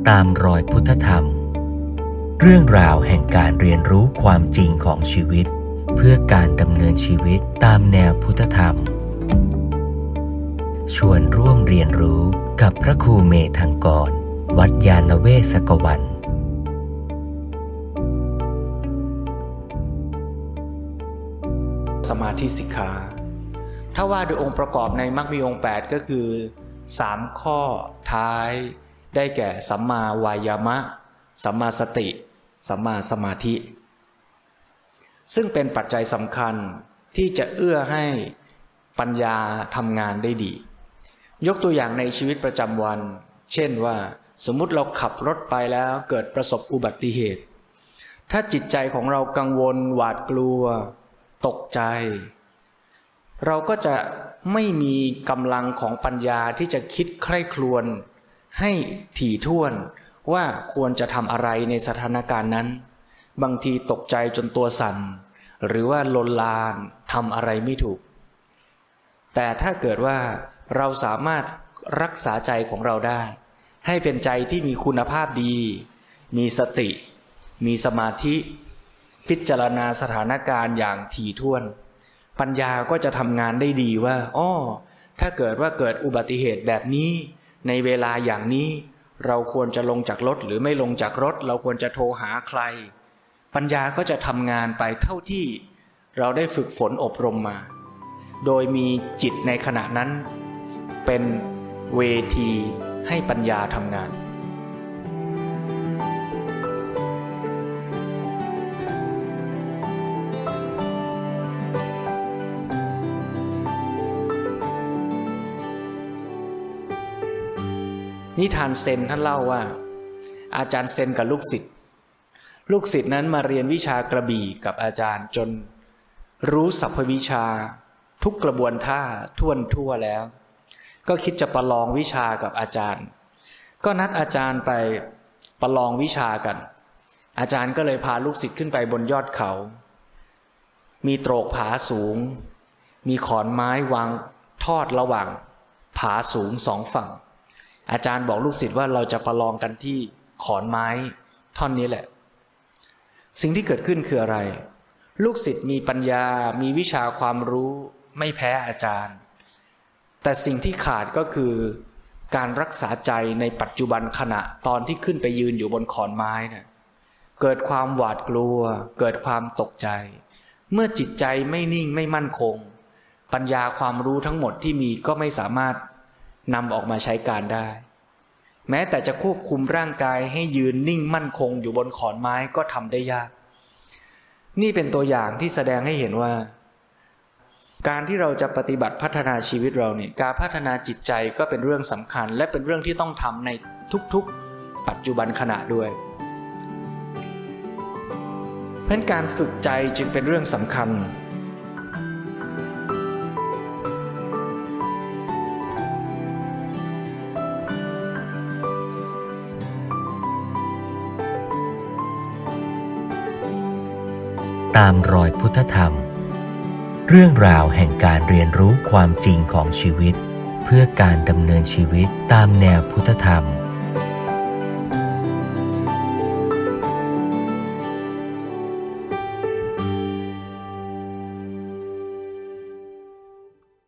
ตามรอยพุทธธรรมเรื่องราวแห่งการเรียนรู้ความจริงของชีวิตเพื่อการดำเนินชีวิตตามแนวพุทธธรรมชวนร่วมเรียนรู้กับพระครูเมธังกรวัดยานเวศกวันสมาธิสิกขาถ้าว่าโดยองค์ประกอบในมรรคมีองค์8ก็คือ3ข้อท้ายได้แก่สัมมาวายามะสัมมาสติสัมมาสมาธิซึ่งเป็นปัจจัยสำคัญที่จะเอื้อให้ปัญญาทำงานได้ดียกตัวอย่างในชีวิตประจำวันเช่นว่าสมมุติเราขับรถไปแล้วเกิดประสบอุบัติเหตุถ้าจิตใจของเรากังวลหวาดกลัวตกใจเราก็จะไม่มีกำลังของปัญญาที่จะคิดใคร่ครวญให้ถี่ถ้วนว่าควรจะทำอะไรในสถานการณ์นั้นบางทีตกใจจนตัวสั่นหรือว่าลนลานทำอะไรไม่ถูกแต่ถ้าเกิดว่าเราสามารถรักษาใจของเราได้ให้เป็นใจที่มีคุณภาพดีมีสติมีสมาธิพิจารณาสถานการณ์อย่างถี่ถ้วนปัญญาก็จะทำงานได้ดีว่าถ้าเกิดว่าเกิดอุบัติเหตุแบบนี้ในเวลาอย่างนี้เราควรจะลงจากรถหรือไม่ลงจากรถเราควรจะโทรหาใครปัญญาก็จะทำงานไปเท่าที่เราได้ฝึกฝนอบรมมาโดยมีจิตในขณะนั้นเป็นเวทีให้ปัญญาทำงานนิทานเซนท่านเล่าว่าอาจารย์เซนกับลูกศิษย์นั้นมาเรียนวิชากระบี่กับอาจารย์จนรู้สรรพวิชาทุกกระบวนท่าทั่วแล้วก็คิดจะประลองวิชากับอาจารย์ก็นัดอาจารย์ไปประลองวิชากันอาจารย์ก็เลยพาลูกศิษย์ขึ้นไปบนยอดเขามีโตรกผาสูงมีขอนไม้วางทอดระหว่างผาสูง2 ฝั่งอาจารย์บอกลูกศิษย์ว่าเราจะประลองกันที่ขอนไม้ท่อนนี้แหละสิ่งที่เกิดขึ้นคืออะไรลูกศิษย์มีปัญญามีวิชาความรู้ไม่แพ้อาจารย์แต่สิ่งที่ขาดก็คือการรักษาใจในปัจจุบันขณะตอนที่ขึ้นไปยืนอยู่บนขอนไม้เนี่ยเกิดความหวาดกลัวเกิดความตกใจเมื่อจิตใจไม่นิ่งไม่มั่นคงปัญญาความรู้ทั้งหมดที่มีก็ไม่สามารถนำออกมาใช้การได้แม้แต่จะควบคุมร่างกายให้ยืนนิ่งมั่นคงอยู่บนขอนไม้ก็ทำได้ยากนี่เป็นตัวอย่างที่แสดงให้เห็นว่าการที่เราจะปฏิบัติพัฒนาชีวิตเราเนี่ยการพัฒนาจิตใจก็เป็นเรื่องสำคัญและเป็นเรื่องที่ต้องทำในทุกๆปัจจุบันขณะด้วยเพราะการฝึกใจจึงเป็นเรื่องสำคัญตามรอยพุทธธรรมเรื่องราวแห่งการเรียนรู้ความจริงของชีวิตเพื่อการดำเนินชีวิตตามแนวพุทธธรรม